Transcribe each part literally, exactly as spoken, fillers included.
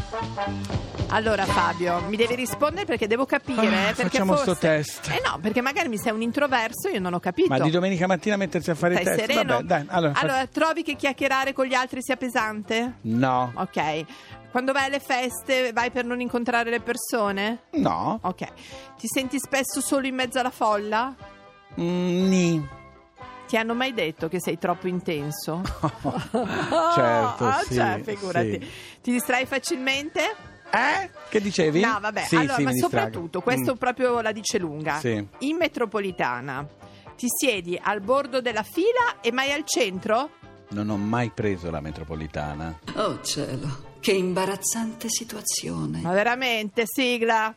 Allora Fabio, mi devi rispondere perché devo capire. Ah, eh, perché facciamo forse... sto test. Eh no, perché magari mi sei un introverso, io non ho capito. Ma di domenica mattina mettersi a fare Stai i test? sereno? Vabbè, dai, allora, allora faccio... trovi che chiacchierare con gli altri sia pesante? No. Ok. Quando vai alle feste vai per non incontrare le persone? No. Ok. Ti senti spesso solo in mezzo alla folla? Mm, ni. Ti hanno mai detto che sei troppo intenso? Certo, ah, sì, cioè, figurati. sì. Ti distrai facilmente? Eh? Che dicevi? No, vabbè. Sì, allora, sì, ma mi soprattutto, distrago. questo Mm. proprio la dice lunga. Sì. In metropolitana ti siedi al bordo della fila e mai al centro? Non ho mai preso la metropolitana. Oh cielo, che imbarazzante situazione. Ma veramente, sigla?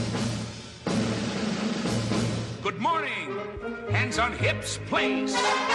Good morning. Hands on hips, please.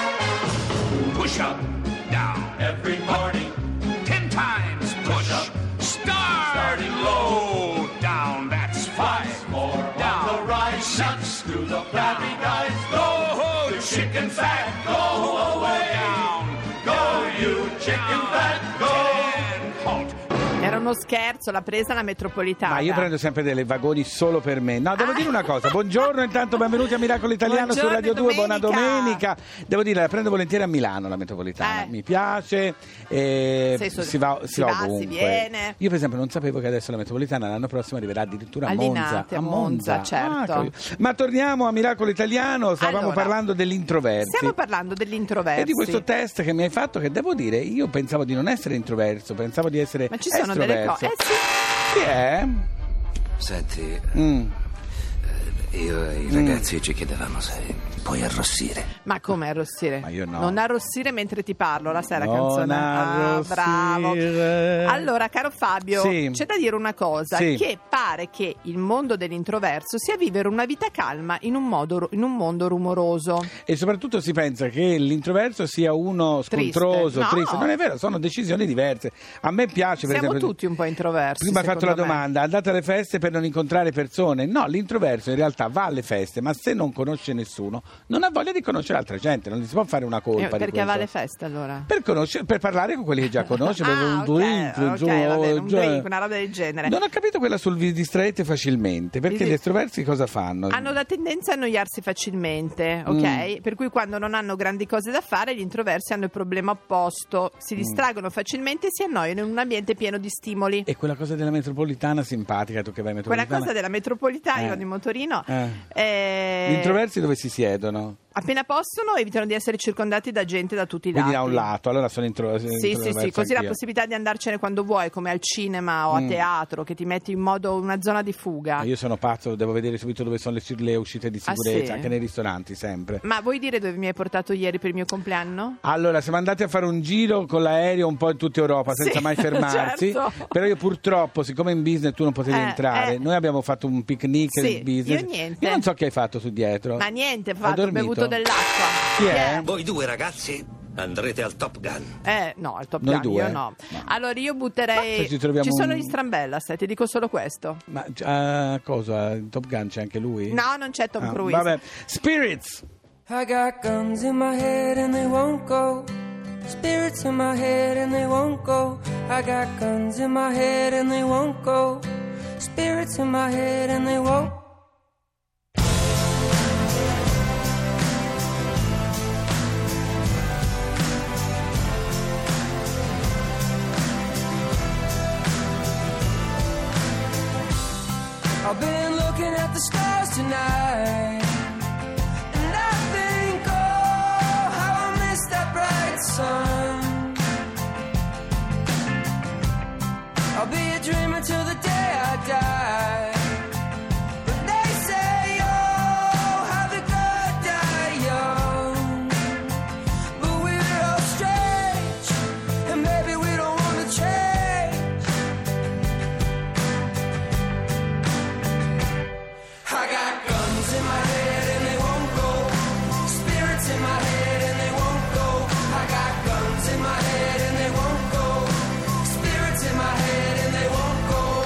Push up, down. Every morning. Ten times push up. Start. Starting low. Down, that's five. More down. On the rise. Six. To the flabby guys. Go, the chicken fat. Go away. Down. Go, you chicken fat. Go. Ten. Halt. Era uno scherzo, l'ha presa la metropolitana. Ma io prendo sempre delle vagoni solo per me. No, devo Ah. dire una cosa. Buongiorno, intanto benvenuti a Miracolo Italiano Buongiorno, su Radio due. Buona domenica. domenica. Devo dire, la prendo volentieri a Milano la metropolitana. Eh. Mi piace. E Sei so- si va, si si va va, si ovunque. viene. Io per esempio non sapevo che adesso la metropolitana l'anno prossimo arriverà addirittura a A Monza. Linate, a Monza, certo. Ah, ma torniamo a Miracolo Italiano. Stavamo Allora, parlando degli introversi. Stiamo parlando degli introversi. E di questo test che mi hai fatto, che devo dire, io pensavo di non essere introverso, pensavo di essere Ma ci sono delle estroverso. cose. Eh sì. Chi è? Senti, Mm. io e i ragazzi ci chiedevamo se puoi arrossire. Ma come arrossire? Ma io no. Non arrossire mentre ti parlo, la sai la Non canzone? Ah, bravo. arrossire. Allora, caro Fabio, Sì. c'è da dire una cosa, Sì. che pare che il mondo dell'introverso sia vivere una vita calma in un, modo, in un mondo rumoroso. E soprattutto si pensa che l'introverso sia uno scontroso, Triste. triste. No. Non è vero, sono decisioni diverse. A me piace, per Siamo esempio. tutti un po' introversi. Prima hai fatto la secondo me. domanda, andate alle feste per non incontrare persone? No, l'introverso in realtà va alle feste, ma se non conosce nessuno, non ha voglia di conoscere altra gente, non si può fare una colpa Eh, di perché questo. va alle feste allora? Per, conoscere, per parlare con quelli che già conosce, per Ah, un ok, drink, ok, giù, va bene, un già. drink, una roba del genere. Non ho capito quella sul vi distraete facilmente, perché Vi- gli estroversi cosa fanno? Hanno la tendenza a annoiarsi facilmente, ok? Mm. Per cui quando non hanno grandi cose da fare, gli introversi hanno il problema opposto. Si distraggono facilmente e si annoiano in un ambiente pieno di stimoli. E quella cosa della metropolitana simpatica, tu che vai in Quella metropolitana. cosa della metropolitana, Eh. io vado in motorino. Eh. eh, Gli introversi dove si siedono? appena possono evitano di essere circondati da gente da tutti i Quindi lati. da un lato, allora sono intro- Sì, sì, introverso sì, così la anch'io. possibilità di andarcene quando vuoi, come al cinema o a Mm. teatro, che ti metti in modo una zona di fuga. Ma io sono pazzo, devo vedere subito dove sono le, le uscite di Ah, sicurezza, sì? anche nei ristoranti sempre. Ma vuoi dire dove mi hai portato ieri per il mio compleanno? Allora, siamo andati a fare un giro con l'aereo un po' in tutta Europa senza Sì, mai fermarsi. certo. Però io purtroppo, siccome in business tu non potevi Eh, entrare, eh. noi abbiamo fatto un picnic Sì, nel business. io niente. Io non so che hai fatto su dietro. Ma niente, ho Hai fatto, ho dormito? bevuto dell'acqua. Chi è? Voi due ragazzi andrete al Top Gun. Eh, no, al Top Noi Gun due? io no. No. Allora io butterei. Ma se ci troviamo sono un- gli Strambellas, eh, ti dico solo questo. Ma uh, cosa? In Top Gun c'è anche lui? No, non c'è Tom Ah, Cruise. vabbè. Spirits! I got guns in my head and they won't go. Spirits in my head and they won't go. I got guns in my head and they won't go. Spirits in my head and they won't. I've been looking at the stars tonight, and I think, oh, how I miss that bright sun. I'll be a dreamer till the day I die. But they say, oh, how the good die young. But we're all strange, and maybe we don't want to change. I got guns in my head and they won't go. Spirits in my head and they won't go. I got guns in my head and they won't go. Spirits in my head and they won't go.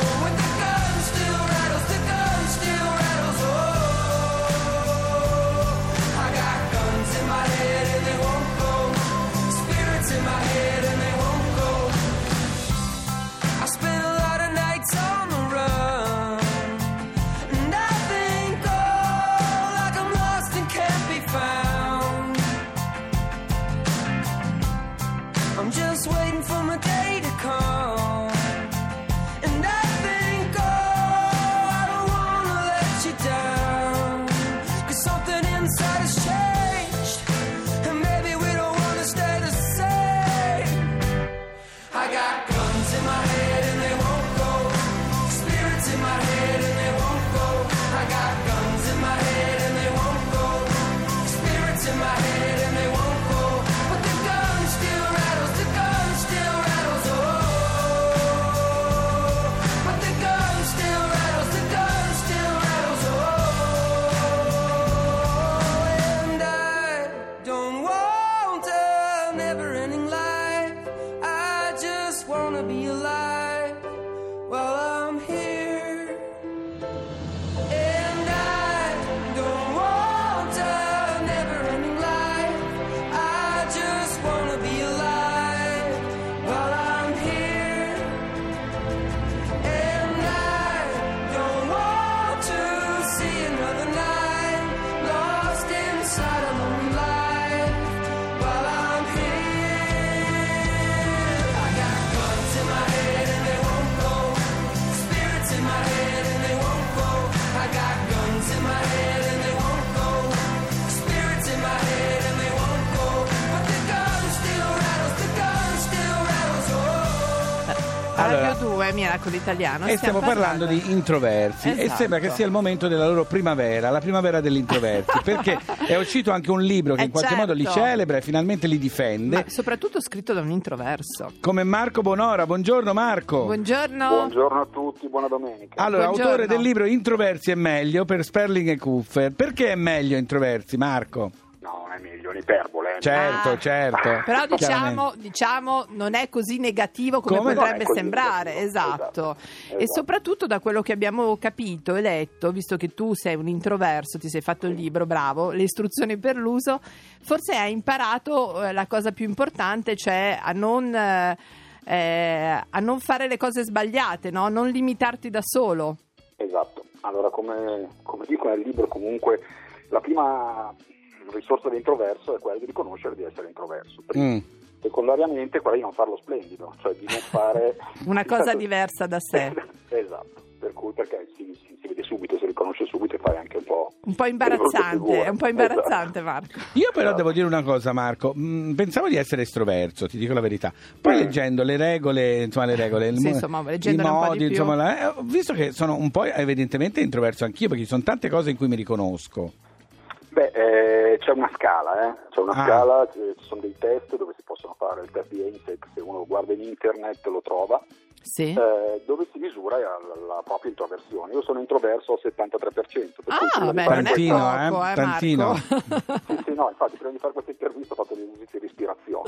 eh, Miracolo Italiano. E stiamo parlando di introversi, Esatto. e sembra che sia il momento della loro primavera, la primavera degli introversi, perché è uscito anche un libro che Eh, in qualche certo. modo li celebra e finalmente li difende, Ma soprattutto scritto da un introverso. come Marco Bonora. Buongiorno Marco. Buongiorno. Buongiorno a tutti, buona domenica. Allora, Buongiorno. autore del libro Introversi è meglio per Sperling e Kupfer. Perché è meglio introversi, Marco? No, non è meglio, un'iperbole. eh. Certo, Ah. certo. Però diciamo, Chiaramente. diciamo non è così negativo come, Come? potrebbe Non è così sembrare, negativo, esatto. esatto, E esatto. soprattutto da quello che abbiamo capito e letto, visto che tu sei un introverso, ti sei fatto il libro, bravo, le istruzioni per l'uso, forse hai imparato eh, la cosa più importante, cioè a non, eh, eh, a non fare le cose sbagliate, no? Non limitarti da solo. Esatto. Allora, come, come dico nel libro, comunque, la prima risorsa dell'introverso è quella di riconoscere di essere introverso. Prima. Mm. Secondariamente, quella di non farlo splendido, cioè di non fare... Una cosa diversa da sé. Esatto. Per cui, perché si, si, si vede subito, si riconosce subito e fai anche un po'... Un po' imbarazzante, è un po' imbarazzante, Marco. Io però devo dire una cosa, Marco. Mm, pensavo di essere estroverso, ti dico la verità. Poi Mm. leggendo le regole, insomma le regole, il Sì, mo- insomma, i leggendole un po' di modi, più. insomma, la- eh, ho visto che sono un po' evidentemente introverso anch'io, perché ci sono tante cose in cui mi riconosco. Beh, eh, c'è una scala, eh? C'è una Ah. scala, eh, ci sono dei test dove si possono fare il test di Einstein, se uno guarda in internet lo trova, Sì. eh, dove si misura la, la propria introversione. Io sono introverso al settantatré per cento. Per cui Ah, prima di beh, fare non è Tantino, questa- poco, eh, eh, tantino. Marco. Sì, sì, no, infatti prima di fare questa intervista ho fatto degli esercizi di respirazione.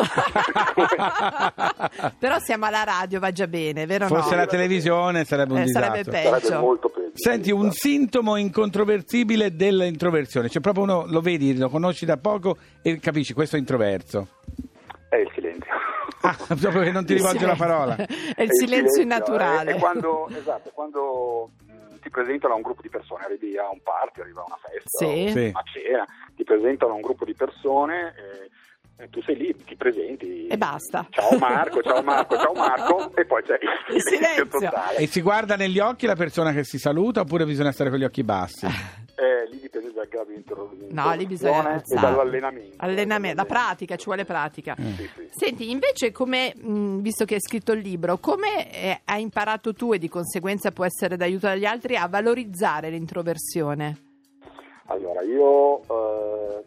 Però siamo alla radio, va già bene, vero? Fosse no? la televisione sarebbe un Eh, sarebbe disastro. peggio. Sarebbe molto peggio. Senti, un sintomo incontrovertibile dell'introversione, cioè proprio uno lo vedi, lo conosci da poco e capisci, questo è introverso. È il silenzio. Ah, proprio che non ti rivolge la parola. È il silenzio innaturale. È, è quando, esatto, quando mh, ti presentano a un gruppo di persone, arrivi a un party, arrivi a una festa, Sì. o Sì. a cena, ti presentano a un gruppo di persone e, e tu sei lì, ti presenti E basta. Ciao Marco, ciao Marco, ciao Marco, e poi c'è il Il silenzio, silenzio. totale. E si guarda negli occhi la persona che si saluta oppure bisogna stare con gli occhi bassi? Eh, lì dipende dal grado di intro- di No, lì bisogna introduzione e alzare. dall'allenamento. Allenamento, la pratica, ci vuole pratica. Sì, sì. Senti, invece come, mh, visto che hai scritto il libro, come eh, hai imparato tu e di conseguenza può essere d'aiuto agli altri a valorizzare l'introversione? Allora, io eh,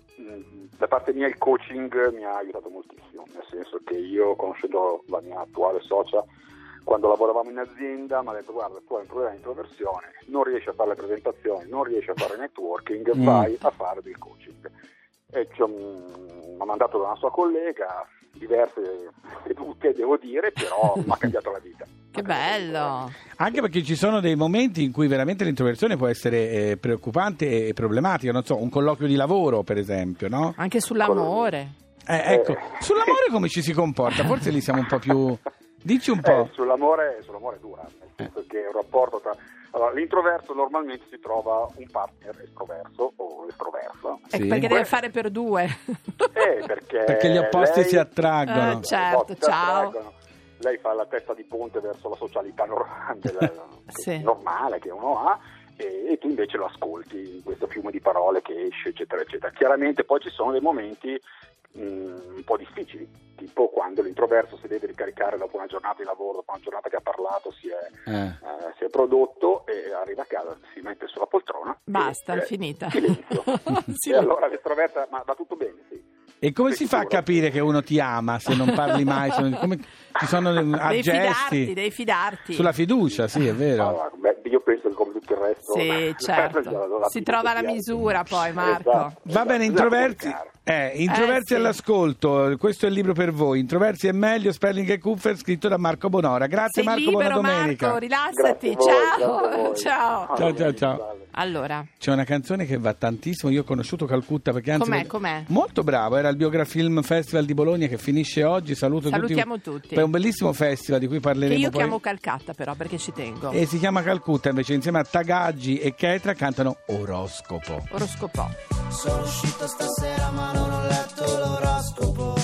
mh, da parte mia il coaching mi ha aiutato moltissimo, nel senso che io, conoscendo la mia attuale socia, quando lavoravamo in azienda mi ha detto: guarda, tu hai un problema di introversione, non riesci a fare le presentazioni, non riesci a fare networking, Mm. vai a fare del coaching. E ci ho, mi ha mandato da una sua collega, diverse sedute devo dire, però mi ha cambiato la vita. Che bello! Anche perché ci sono dei momenti in cui veramente l'introversione può essere eh, preoccupante e problematica, non so, un colloquio di lavoro per esempio, no? Anche sull'amore. Eh, ecco, Eh. sull'amore come ci si comporta? Forse lì siamo un po' più... Dici un Eh, po'. sull'amore, sull'amore è dura, nel senso che è un rapporto tra... Allora, l'introverso normalmente si trova un partner estroverso o estroversa. Ecco, Sì. perché deve fare per due. Eh, perché, Perché gli opposti lei- si attraggono. Eh, certo, gli opposti si ciao. attraggono. Lei fa la testa di ponte verso la socialità nor- della- Sì. normale che uno ha, e, e tu invece lo ascolti in questo fiume di parole che esce, eccetera, eccetera. Chiaramente poi ci sono dei momenti mh, un po' difficili, tipo quando l'introverso si deve ricaricare dopo una giornata di lavoro, dopo una giornata che ha parlato, si è, Eh. eh, si è prodotto e arriva a casa, si mette sulla poltrona. Basta, e, è eh, finita. Silenzio. Sì. E allora l'estroversa, ma va tutto bene, sì. E come Sì, si fa a sicuro. capire che uno ti ama se non parli mai? Se non- come- ci sono dei- a Devi gesti fidarti, devi fidarti. sulla fiducia, sì, è vero. Allora, beh, io penso che come tutto il resto Sì, certo. la Si fiducia trova la si ha. misura poi, Marco. Esatto, Va bene, esatto. introversi, Bisogna eh, introversi Eh, sì. all'ascolto, questo è il libro per voi. Introversi è meglio, Sperling e Kupfer, scritto da Marco Bonora. Grazie Sei Marco, libero, buona domenica. Marco, rilassati. Grazie a voi, grazie a Ciao. voi. Ciao. Ciao, ciao, ciao. Allora, C'è una canzone che va tantissimo, io ho conosciuto Calcutta perché anzi Com'è, com'è? molto bravo, era il Biografilm Festival di Bologna che finisce oggi, saluto Salutiamo tutti. tutti. È un bellissimo festival di cui che parleremo io poi. chiamo Calcatta però perché ci tengo. E si chiama Calcutta, invece insieme a Tagaggi e Chetra cantano Oroscopo. Oroscopo. Sono uscito stasera ma non ho letto l'oroscopo.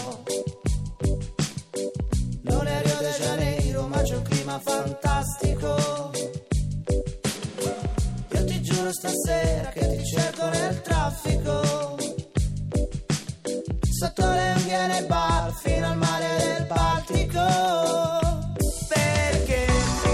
Non è Rio de Janeiro ma c'è un clima fantastico. Io ti giuro stasera che ti cerco nel traffico. Sotto le unghie nei bar fino al mare del Baltico. Perché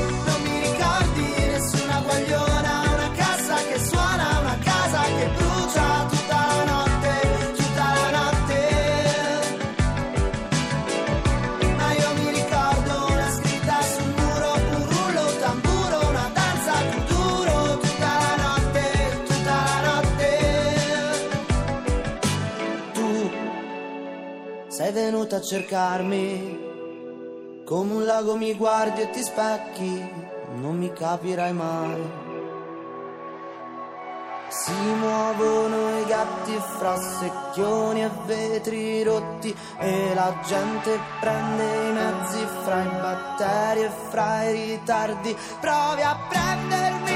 a cercarmi, come un lago mi guardi e ti specchi, non mi capirai mai. Si muovono i gatti fra secchioni e vetri rotti e la gente prende i mezzi fra i batteri e fra i ritardi. Provi a prendermi